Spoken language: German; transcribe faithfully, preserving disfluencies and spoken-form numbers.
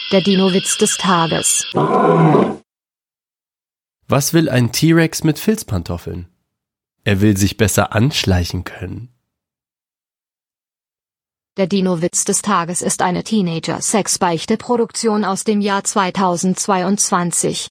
Der Dino-Witz des Tages. Was will ein T-Rex mit Filzpantoffeln? Er will sich besser anschleichen können. Der Dino-Witz des Tages ist eine Teenager-Sex-Beichte-Produktion aus dem Jahr zweitausendzweiundzwanzig.